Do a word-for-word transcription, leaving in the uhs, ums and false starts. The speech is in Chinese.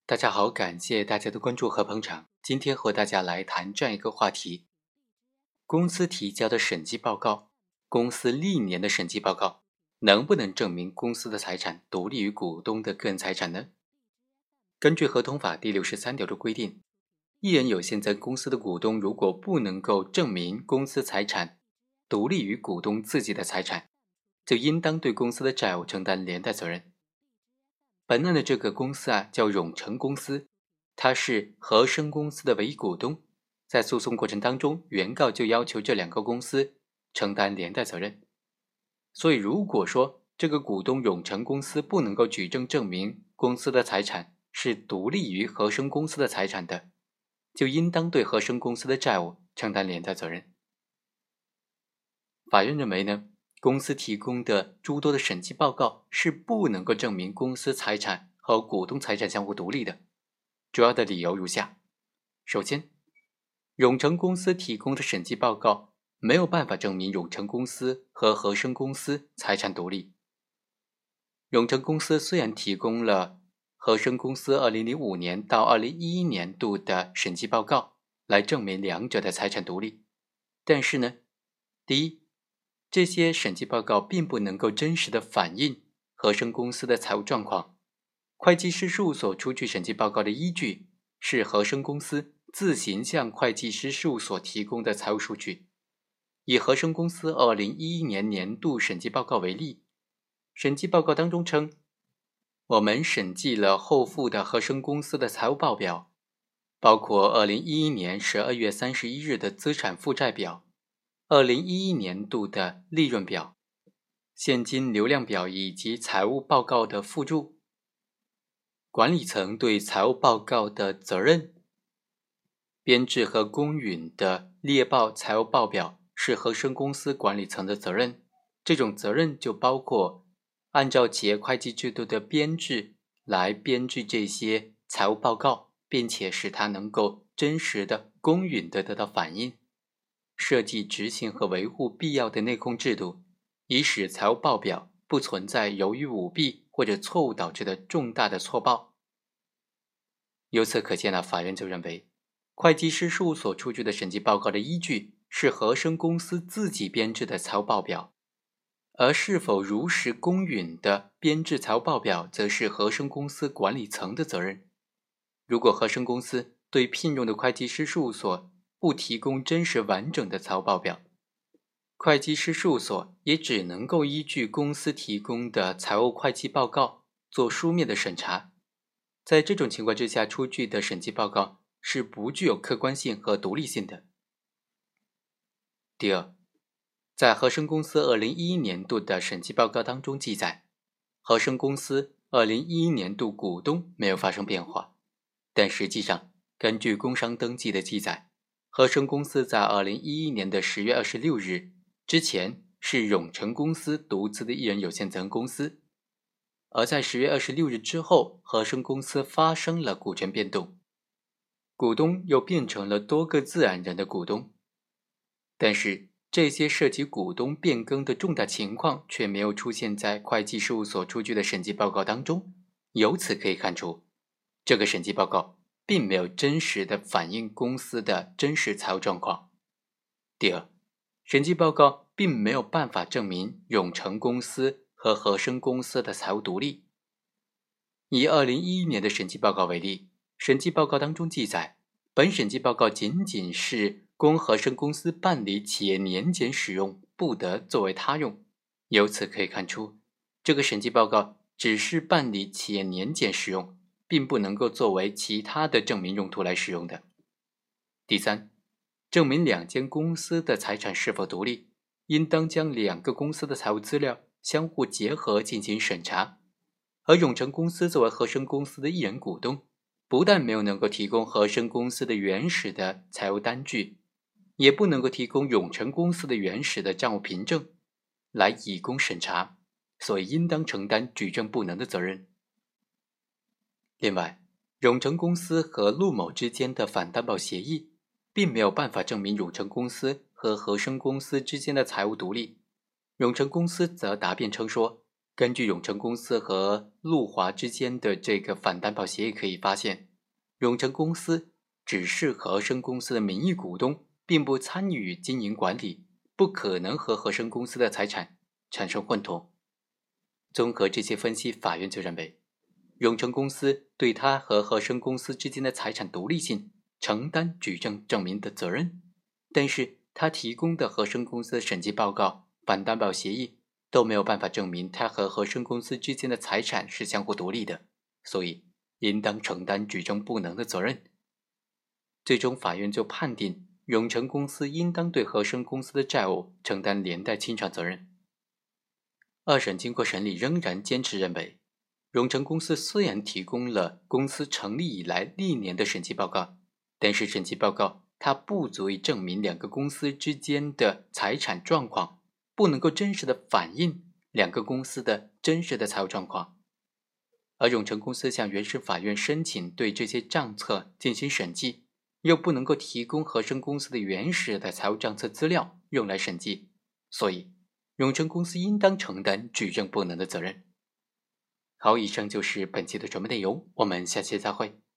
大家好，感谢大家的关注和捧场。今天和大家来谈这样一个话题：公司提交的审计报告，公司历年的审计报告，能不能证明公司的财产独立于股东的个人财产呢？根据合同法第六十三条的规定，一人有限责公司的股东如果不能够证明公司财产独立于股东自己的财产，就应当对公司的债务承担连带责任。本案的这个公司啊，叫永诚公司，它是和生公司的唯一股东。在诉讼过程当中，原告就要求这两个公司承担连带责任。所以如果说这个股东永诚公司不能够举证证明公司的财产是独立于和生公司的财产的，就应当对和生公司的债务承担连带责任。法院认为呢，公司提供的诸多的审计报告是不能够证明公司财产和股东财产相互独立的。主要的理由如下：首先，永诚公司提供的审计报告没有办法证明永诚公司和和生公司财产独立。永诚公司虽然提供了和生公司二零零五年到二零一一年度的审计报告来证明两者的财产独立，但是呢，第一，这些审计报告并不能够真实的反映和生公司的财务状况。会计师事务所出具审计报告的依据是和生公司自行向会计师事务所提供的财务数据。以和生公司二零一一年年度审计报告为例，审计报告当中称，我们审计了后付的和生公司的财务报表，包括二零一一年十二月三十一日的资产负债表、二零一一年度的利润表、现金流量表以及财务报告的附注。管理层对财务报告的责任，编制和公允的列报财务报表是和生公司管理层的责任，这种责任就包括按照企业会计制度的编制来编制这些财务报告，并且使它能够真实的、公允的得到反映，设计、执行和维护必要的内控制度，以使财务报表不存在由于舞弊或者错误导致的重大的错报。由此可见呢，法院就认为，会计师事务所出具的审计报告的依据是和生公司自己编制的财务报表，而是否如实公允的编制财务报表，则是和生公司管理层的责任。如果和生公司对聘用的会计师事务所不提供真实完整的财务报表，会计师事务所也只能够依据公司提供的财务会计报告做书面的审查。在这种情况之下，出具的审计报告是不具有客观性和独立性的。第二，在和生公司二零一一年度的审计报告当中记载，和生公司二零一一年度股东没有发生变化，但实际上，根据工商登记的记载，和生公司在二零一一年的十月二十六日之前是永诚公司独资的一人有限责任公司，而在十月二十六日之后，和生公司发生了股权变动，股东又变成了多个自然人的股东，但是这些涉及股东变更的重大情况却没有出现在会计事务所出具的审计报告当中。由此可以看出，这个审计报告并没有真实的反映公司的真实财务状况。第二，审计报告并没有办法证明永诚公司和和生公司的财务独立。以二零一一年的审计报告为例，审计报告当中记载，本审计报告仅仅是供和生公司办理企业年检使用，不得作为他用。由此可以看出，这个审计报告只是办理企业年检使用，并不能够作为其他的证明用途来使用的。第三，证明两间公司的财产是否独立，应当将两个公司的财务资料相互结合进行审查。而永诚公司作为和生公司的一人股东，不但没有能够提供和生公司的原始的财务单据，也不能够提供永诚公司的原始的账务凭证来以供审查，所以应当承担举证不能的责任。另外，永诚公司和陆某之间的反担保协议并没有办法证明永诚公司和和生公司之间的财务独立。永诚公司则答辩称说， 根据永诚公司和陆华之间的这个反担保协议可以发现，永诚公司只是和生公司的名义股东，并不参与经营管理，不可能和和生公司的财产产生混同。综合这些分析，法院就认为，永诚公司对他和和生公司之间的财产独立性承担举证证明的责任，但是他提供的和生公司的审计报告、反担保协议都没有办法证明他和和生公司之间的财产是相互独立的，所以应当承担举证不能的责任。最终法院就判定永诚公司应当对和生公司的债务承担连带清偿责任。二审经过审理，仍然坚持认为，永诚公司虽然提供了公司成立以来历年的审计报告，但是审计报告它不足以证明两个公司之间的财产状况，不能够真实的反映两个公司的真实的财务状况。而永诚公司向原始法院申请对这些账册进行审计，又不能够提供和生公司的原始的财务账册资料用来审计，所以永诚公司应当承担举证不能的责任。好，以上就是本期的全部内容，我们下期再会。